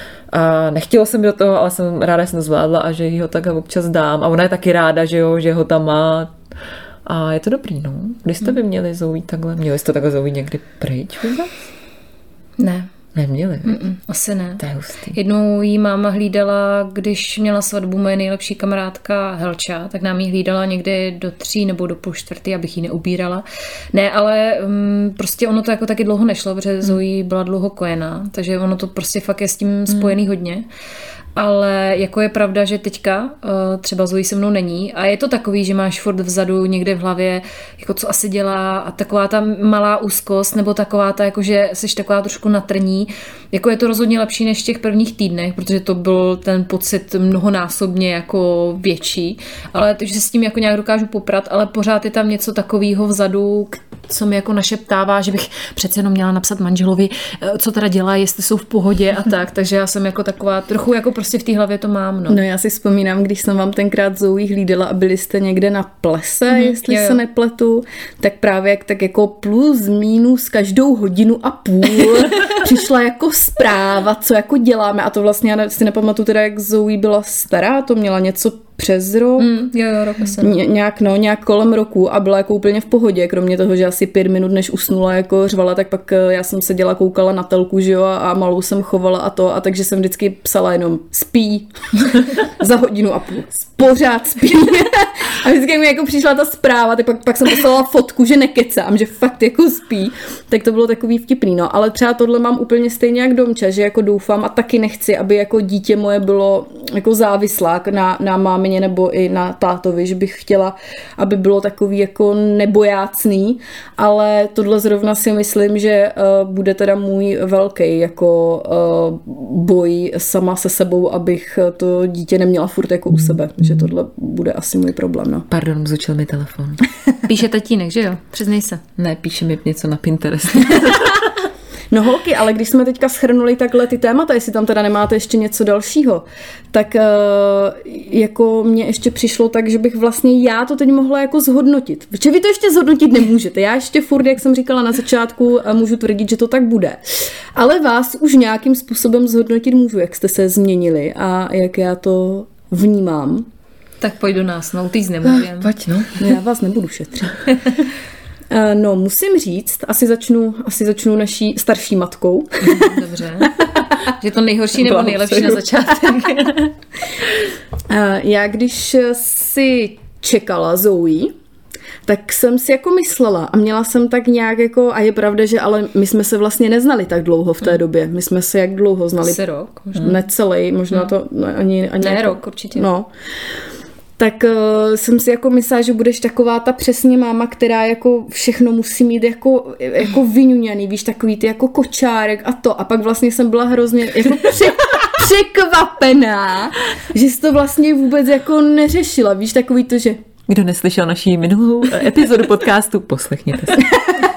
A nechtělo jsem do toho, ale jsem ráda, že jsem to zvládla a že jí ho tak občas dám. A ona je taky ráda, že jo, že ho tam má. A je to dobrý, no. Kdy jste by měli Zoe takhle? Měli jste takhle Zoe někdy pryč vůbec? Ne. Neměli? Mm-mm, asi ne. To je hustý. Jednou jí máma hlídala, když měla svatbu moje nejlepší kamarádka Helča, tak nám jí hlídala někdy do tří nebo do půl čtvrtý, abych jí neubírala. Ne, ale um, prostě ono to jako taky dlouho nešlo, protože Zoe byla dlouho kojená, takže ono to prostě fakt je s tím spojený hmm. hodně. Ale jako je pravda, že teďka uh, třeba Zoe se mnou není a je to takový, že máš furt vzadu někde v hlavě, jako co asi dělá a taková ta malá úzkost nebo taková ta, jako že jsi taková trošku natrní. Jako je to rozhodně lepší než v těch prvních týdnech, protože to byl ten pocit mnohonásobně jako větší, ale takže se s tím jako nějak dokážu poprat, ale pořád je tam něco takového vzadu, co mi jako našeptává, že bych přece jenom měla napsat manželovi, co teda dělá, jestli jsou v pohodě a tak, takže já jsem jako taková trochu jako prostě v té hlavě to mám. No. no já si vzpomínám, když jsem vám tenkrát Zoe hlídala a byli jste někde na plese, mm, jestli jo, jo. se nepletu, tak právě jak tak jako plus minus každou hodinu a půl přišla jako zpráva, co jako děláme a to vlastně já si nepamatuju teda, jak Zoe byla stará, to měla něco přes rok. Mm, jo, jo, rok asi. Ně, nějak, no, nějak kolem roku a byla jako úplně v pohodě, kromě toho, že asi pět minut, než usnula, jako řvala, tak pak já jsem seděla, koukala na telku, že jo, a, a malou jsem chovala a to, a takže jsem vždycky psala jenom spí za hodinu a půl. Pořád spí. A vždycky mi jako přišla ta zpráva, tak pak, pak jsem poslala fotku, že nekecám, že fakt jako spí. Tak to bylo takový vtipný, no. Ale třeba tohle mám úplně stejně jak Domča, že jako doufám a taky nechci, aby jako dítě moje bylo jako závislá na, na mámině nebo i na tátovi, že bych chtěla, aby bylo takový jako nebojácný, ale tohle zrovna si myslím, že uh, bude teda můj velký jako uh, boj sama se sebou, abych to dítě neměla furt jako u sebe, že tohle bude asi můj problém, no. Pardon, zvučil mi telefon. Píše tatínek, že jo? Přiznej se. Ne, píše mi něco na Pinterest. No holky, ale když jsme teďka shrnuli takhle ty témata, jestli tam teda nemáte ještě něco dalšího, tak uh, jako mně ještě přišlo tak, že bych vlastně já to teď mohla jako zhodnotit. Protože vy to ještě zhodnotit nemůžete. Já ještě furt, jak jsem říkala na začátku, můžu tvrdit, že to tak bude. Ale vás už nějakým způsobem zhodnotit můžu, jak jste se změnili a jak já to vnímám. Tak pojď do nás, no, ty nemůžem. Pojď, no. Já vás nebudu šetřit. No, musím říct, asi začnu, asi začnu naší starší matkou. Dobře. Že to nejhorší nebo nejlepší na začátek. Já když si čekala Zoe, tak jsem si jako myslela a měla jsem tak nějak jako, a je pravda, že ale my jsme se vlastně neznali tak dlouho v té době. My jsme se jak dlouho znali? Asi rok. Možná. Necelý, možná hmm. to no, ani, ani... Ne, jako, rok určitě. No. Tak uh, jsem si jako myslela, že budeš taková ta přesně máma, která jako všechno musí mít jako, jako vyňuňaný, víš, takový ty jako kočárek a to. A pak vlastně jsem byla hrozně jako pře- překvapená, že jsi to vlastně vůbec jako neřešila, víš, takový to, že... Kdo neslyšel naší minulou epizodu podcastu, poslechněte si.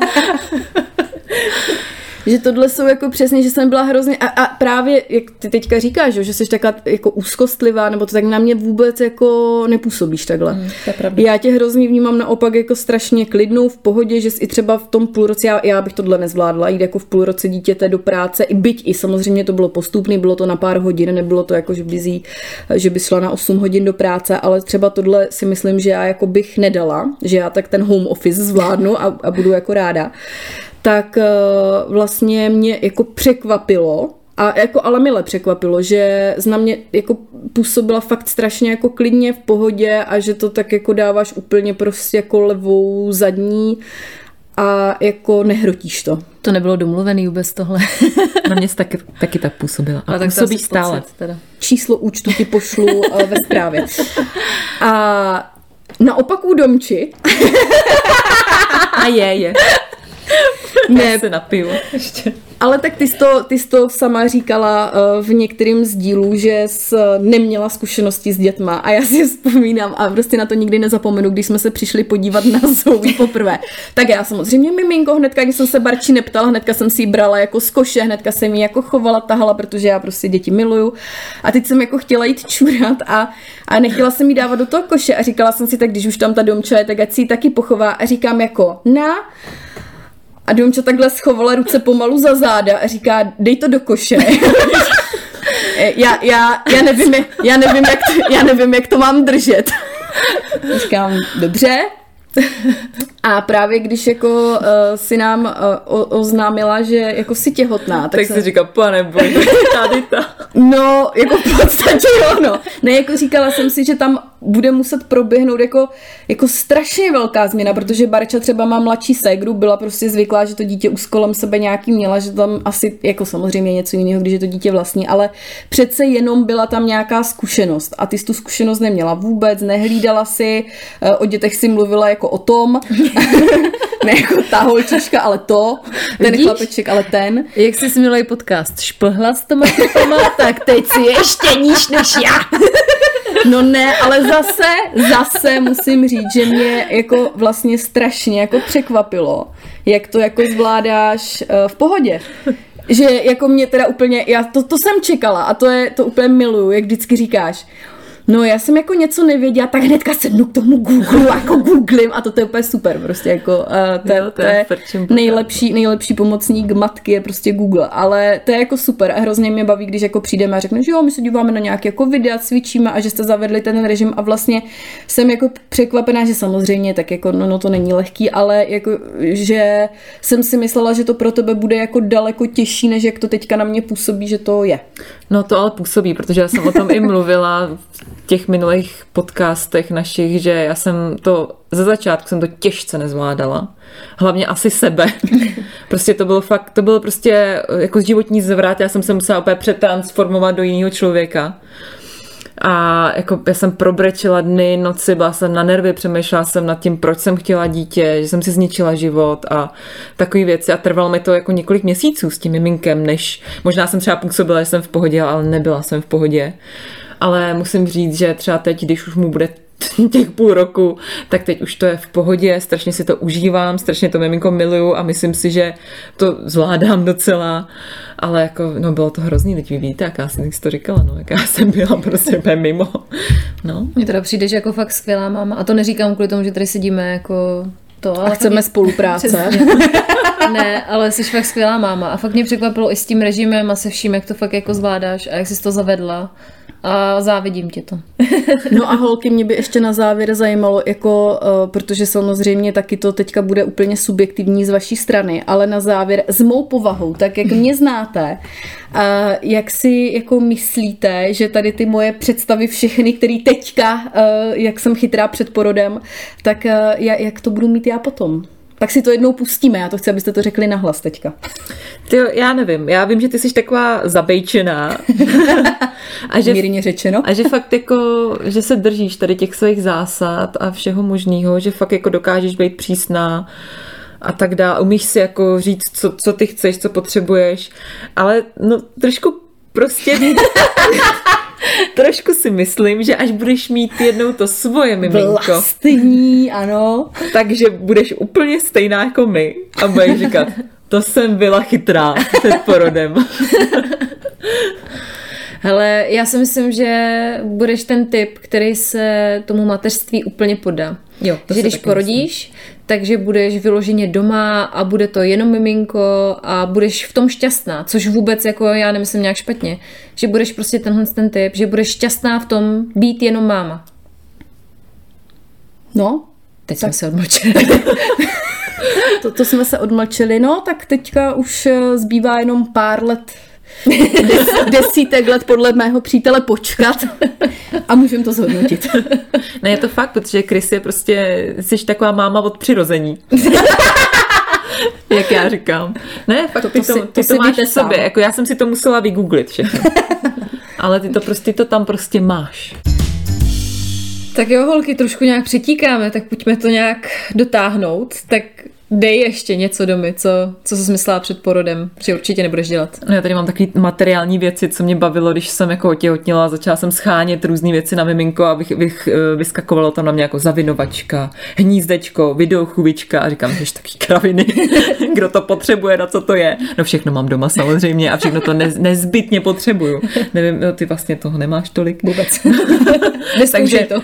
Že tohle jsou jako přesně, že jsem byla hrozně a, a právě, jak ty teďka říkáš, že jsi taková jako úzkostlivá, nebo to tak na mě vůbec jako nepůsobíš takhle. Mm, to je pravda. Já tě hrozně vnímám naopak jako strašně klidnou, v pohodě, že jsi i třeba v tom půlroce, já, já bych tohle nezvládla, jít jako v půlroce dítěte do práce, i byť i samozřejmě to bylo postupný, bylo to na pár hodin, nebylo to jako, že bys, jí, že bys šla na osm hodin do práce, ale třeba tohle si myslím, že já jako bych nedala, že já tak ten home office zvládnu a, a budu jako ráda. Tak vlastně mě jako překvapilo, a jako ale mile překvapilo, že na mě jako působila fakt strašně jako klidně v pohodě a že to tak jako dáváš úplně prostě jako levou zadní a jako nehrotíš to. To nebylo domluvený vůbec tohle. Na mě taky, taky tak působila. A, a tak působí stále. Teda. Číslo účtu ti pošlu ve zprávě. A naopak u Domči. A je, je. Ne, se napiju ještě. Ale tak ty jsi to, ty jsi to sama říkala uh, v některým z dílů, že jsi neměla zkušenosti s dětma a já si vzpomínám a prostě na to nikdy nezapomenu, když jsme se přišli podívat na Zoe poprvé. Tak já samozřejmě miminko, hnedka, když jsem se Barči neptala, hnedka jsem si ji brala jako z koše, hnedka jsem ji jako chovala, tahala, protože já prostě děti miluju. A teď jsem jako chtěla jít čurat a, a nechtěla jsem jí dávat do toho koše a říkala jsem si, tak když už tam ta Domča je, tak ať si ji taky pochová a říkám jako na... A Domča takhle schovala ruce pomalu za záda a říká, dej to do koše. já, já, já, nevím, já, nevím, jak to, já nevím, jak to mám držet. Říkám, dobře. A právě když jako uh, si nám uh, o, oznámila, že jako si těhotná, tak, tak jsem... si říká, pane bože, tady ta. No, jako v podstatě jo, no. Ne, jako říkala jsem si, že tam bude muset proběhnout jako, jako strašně velká změna, protože Barča třeba má mladší ségru, byla prostě zvyklá, že to dítě už kolem sebe nějaký měla, že tam asi, jako samozřejmě něco jiného, když je to dítě vlastní, ale přece jenom byla tam nějaká zkušenost a ty jsi tu zkušenost neměla vůbec, nehlídala si, o dětech si mluvila jako o tom, ne jako ta holčička, ale to, ten Vidíš? Chlapeček, ale ten. Jak jsi si milý podcast, šplhla s tomu tak teď si ještě níž než já. No ne, ale zase, zase musím říct, že mě jako vlastně strašně jako překvapilo, jak to jako zvládáš uh, v pohodě. Že jako mě teda úplně, já to, to jsem čekala a to je, to úplně miluju, jak vždycky říkáš. No já jsem jako něco nevěděla, tak hnedka sednu k tomu Google, jako googlím a to, to je úplně super, prostě jako uh, to, jo, to, to je nejlepší, nejlepší pomocník matky je prostě Google, ale to je jako super a hrozně mě baví, když jako přijdeme a řekne, že jo, my se díváme na nějaké jako videa, cvičíme a že jste zavedli ten režim a vlastně jsem jako překvapená, že samozřejmě tak jako, no, no to není lehký, ale jako, že jsem si myslela, že to pro tebe bude jako daleko těžší, než jak to teďka na mě působí, že to je. No to ale působí, protože já jsem o tom i mluvila v těch minulých podcastech našich, že já jsem to, ze začátku jsem to těžce nezvládala. Hlavně asi sebe. Prostě to bylo fakt, to bylo prostě jako životní zvrat, já jsem se musela opět přetransformovat do jiného člověka. A jako já jsem probrečila dny, noci, byla jsem na nervy, přemýšlela jsem nad tím, proč jsem chtěla dítě, že jsem si zničila život a takové věci a trvalo mi to jako několik měsíců s tím miminkem, než možná jsem třeba působila, že jsem v pohodě, ale nebyla jsem v pohodě. Ale musím říct, že třeba teď, když už mu bude těch půl roku, tak teď už to je v pohodě, strašně si to užívám, strašně to miminko miluju a myslím si, že to zvládám docela, ale jako, no bylo to hrozný, teď vy víte, jak já jsem to říkala, no, jak já jsem byla prostě úplně mimo, no. Mně teda přijde, že jako fakt skvělá máma a to neříkám kvůli tomu, že tady sedíme jako to, ale a chceme spolupráce. Ne, ale jsi fakt skvělá máma a fakt mě překvapilo i s tím režimem a se vším, jak to fakt jako zvládáš a jak jsi to zavedla. A závidím ti to. No a holky, mě by ještě na závěr zajímalo, jako, uh, protože samozřejmě taky to teďka bude úplně subjektivní z vaší strany, ale na závěr s mou povahou, tak jak mě znáte, uh, jak si jako myslíte, že tady ty moje představy všechny, které teďka, uh, jak jsem chytrá před porodem, tak uh, jak to budu mít já potom? Tak si to jednou pustíme, já to chci, abyste to řekli nahlas teďka. Ty, já nevím, já vím, že ty jsi taková zabejčená. a že, mírně řečeno. A že fakt jako, že se držíš tady těch svých zásad a všeho možného, že fakt jako dokážeš být přísná a tak dále. Umíš si jako říct, co, co ty chceš, co potřebuješ, ale no trošku prostě... Trošku si myslím, že až budeš mít jednou to svoje miminko. Vlastní, ano. Takže budeš úplně stejná jako my a budeš říkat, to jsem byla chytrá před porodem. Hele, já si myslím, že budeš ten typ, který se tomu mateřství úplně podá. Jo, že když porodíš, myslím. Takže budeš vyloženě doma a bude to jenom miminko a budeš v tom šťastná, což vůbec jako já nemyslím nějak špatně, že budeš prostě tenhle ten typ, že budeš šťastná v tom být jenom máma. No, teď tak. Jsme se odmlčeli. to, to jsme se odmlčeli, no tak teďka už zbývá jenom pár let, des, desítek let podle mého přítele počkat a můžeme to zhodnotit. Ne, je to fakt, protože Chris je prostě, jsi taková máma od přirození. Jak já říkám. Ne, fakt, to, ty to, to, ty to, to máš v sobě. Jako já jsem si to musela vygooglit všechno. Ale ty to prostě to tam prostě máš. Tak jo, holky, trošku nějak přitíkáme, tak pojďme to nějak dotáhnout. Tak dej ještě něco do mi, co, co jsi myslela před porodem, že určitě nebudeš dělat. No já tady mám takový materiální věci, co mě bavilo, když jsem jako otěhotněla, začala jsem schánět různé věci na miminko, abych, abych vyskakovalo tam na mě jako zavinovačka, hnízdečko, videochůvička a říkám, že takový kraviny, kdo to potřebuje, na co to je. No všechno mám doma samozřejmě a všechno to nez, nezbytně potřebuju. Nevím, no, ty vlastně toho nemáš tolik. Vůbec. Takže to.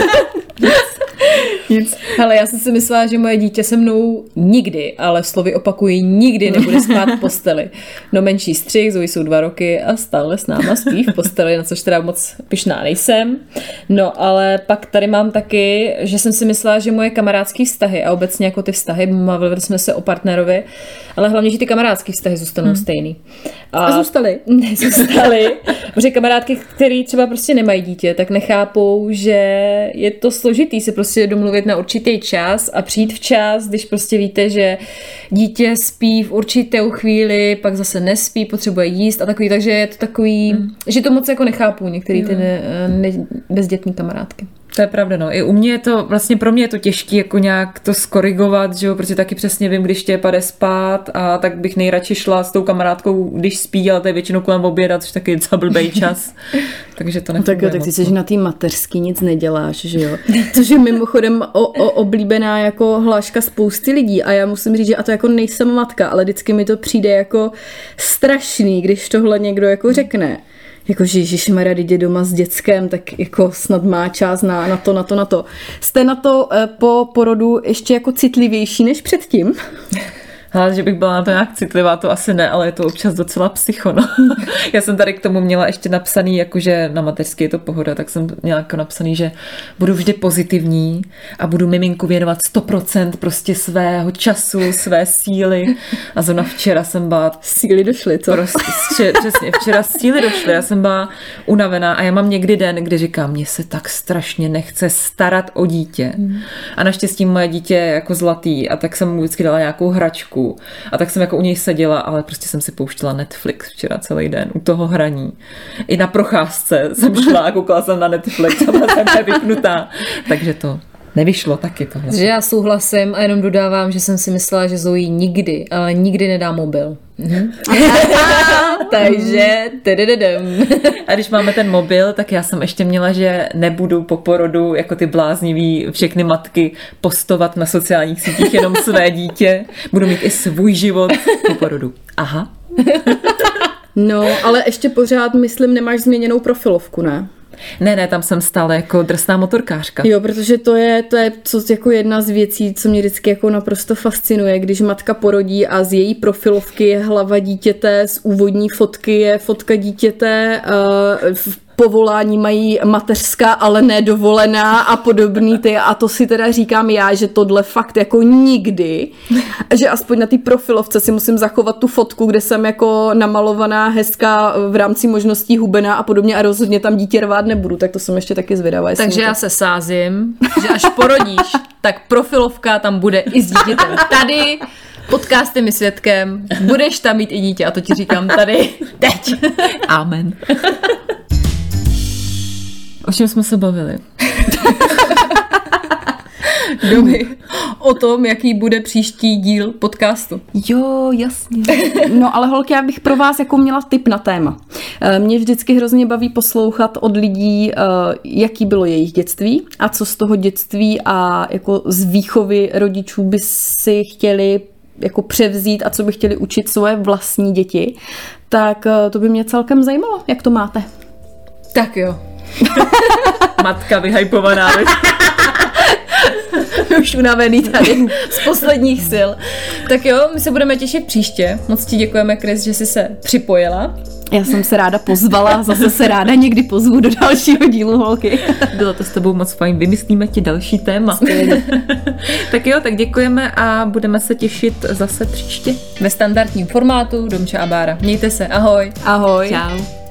Nic. Hele, já jsem si myslela, že moje dítě se mnou nikdy, ale slovy opakují, nikdy nebude spát v posteli. No menší střih, Zoe jsou dva roky a stále s náma spí v posteli, na což teda moc pyšná nejsem. No ale pak tady mám taky, že jsem si myslela, že moje kamarádský vztahy a obecně jako ty vztahy, mluvili jsme se o partnerovi, ale hlavně, že ty kamarádský vztahy zůstanou hmm. stejný. A, a zůstaly? Nezůstaly. Protože kamarádky, který třeba prostě nemají dítě, tak nechápou, že je to složitý se prostě domluvit na určitý čas a přijít včas, když prostě víte, že dítě spí v určitou chvíli, pak zase nespí, potřebuje jíst a takový, takže je to takový, hmm. že to moc jako nechápou některý ty ne, ne, bezdětní kamarádky. To je pravda, no. I u mě je to, vlastně pro mě je to těžké jako nějak to skorigovat, že jo, protože taky přesně vím, když tě pade spát a tak bych nejradši šla s tou kamarádkou, když spí, ale to je většinou kolem oběda, což taky je docela blbej čas. Takže to nefunguje. No tak jo, tak ty jsi na té mateřský nic neděláš, že jo. Což je mimochodem o, o, oblíbená jako hláška spousty lidí a já musím říct, že a to jako nejsem matka, ale vždycky mi to přijde jako strašný, když tohle někdo jako řekne. Jakože ježišmarja, když je doma s dětskem, tak jako snad má čas na, na to, na to, na to. Jste na to eh, po porodu ještě jako citlivější než předtím? Ale že bych byla na to nějak citlivá, to asi ne, ale je to občas docela psycho, no. Já jsem tady k tomu měla ještě napsaný, jakože na mateřský je to pohoda, tak jsem měla jako napsaný, že budu vždy pozitivní a budu miminku věnovat sto procent prostě svého času, své síly. A zrovna včera jsem byla... Síly došly, co? Prostě, přesně, včera síly došly, já jsem byla unavená a já mám někdy den, kdy říkám, mně se tak strašně nechce starat o dítě. Hmm. A naštěstí moje dítě je jako zlatý a tak jsem mu vždycky dala nějakou hračku. A tak jsem jako u něj seděla, ale prostě jsem si pouštěla Netflix včera celý den u toho hraní. I na procházce jsem šla a koukala jsem na Netflix a byla jsem vypnutá. Takže to nevyšlo taky tohle. Že já souhlasím a jenom dodávám, že jsem si myslela, že Zoe nikdy, ale nikdy nedá mobil. Mhm. Takže tadadadam. A když máme ten mobil, tak já jsem ještě měla, že nebudu po porodu jako ty bláznivý všechny matky postovat na sociálních sítích jenom své dítě. Budu mít i svůj život po porodu. Aha. No, ale ještě pořád, myslím, nemáš změněnou profilovku, ne? Ne, ne, tam jsem stále jako drsná motorkářka. Jo, protože to je, to je co, jako jedna z věcí, co mě vždycky jako naprosto fascinuje, když matka porodí a z její profilovky je hlava dítěte, z úvodní fotky je fotka dítěte, uh, v povolání mají mateřská, ale nedovolená a podobný ty a to si teda říkám já, že tohle fakt jako nikdy, že aspoň na té profilovce si musím zachovat tu fotku, kde jsem jako namalovaná, hezká v rámci možností hubená a podobně a rozhodně tam dítě rvát nebudu, tak to jsem ještě taky zvědavá. Takže já se sázím, že až porodíš, tak profilovka tam bude i s dítětem. Tady podcast je mi svědkem, budeš tam mít i dítě a to ti říkám tady teď. Amen. O čem jsme se bavili? Domy. O tom, jaký bude příští díl podcastu. Jo, jasně. No ale holky, já bych pro vás jako měla tip na téma. Mě vždycky hrozně baví poslouchat od lidí, jaký bylo jejich dětství a co z toho dětství a jako z výchovy rodičů by si chtěli jako převzít a co by chtěli učit svoje vlastní děti. Tak to by mě celkem zajímalo, jak to máte. Tak jo. Matka vyhypovaná. Už unavený tady z posledních sil. Tak jo, my se budeme těšit příště. Moc ti děkujeme, Chris, že jsi se připojila. Já jsem se ráda pozvala, zase se ráda někdy pozvu do dalšího dílu, holky. Bylo to s tebou moc fajn, vymyslíme ti další téma. Tak jo, tak děkujeme a budeme se těšit zase příště. Ve standardním formátu Domča a Bára. Mějte se, ahoj. Ahoj. Čau.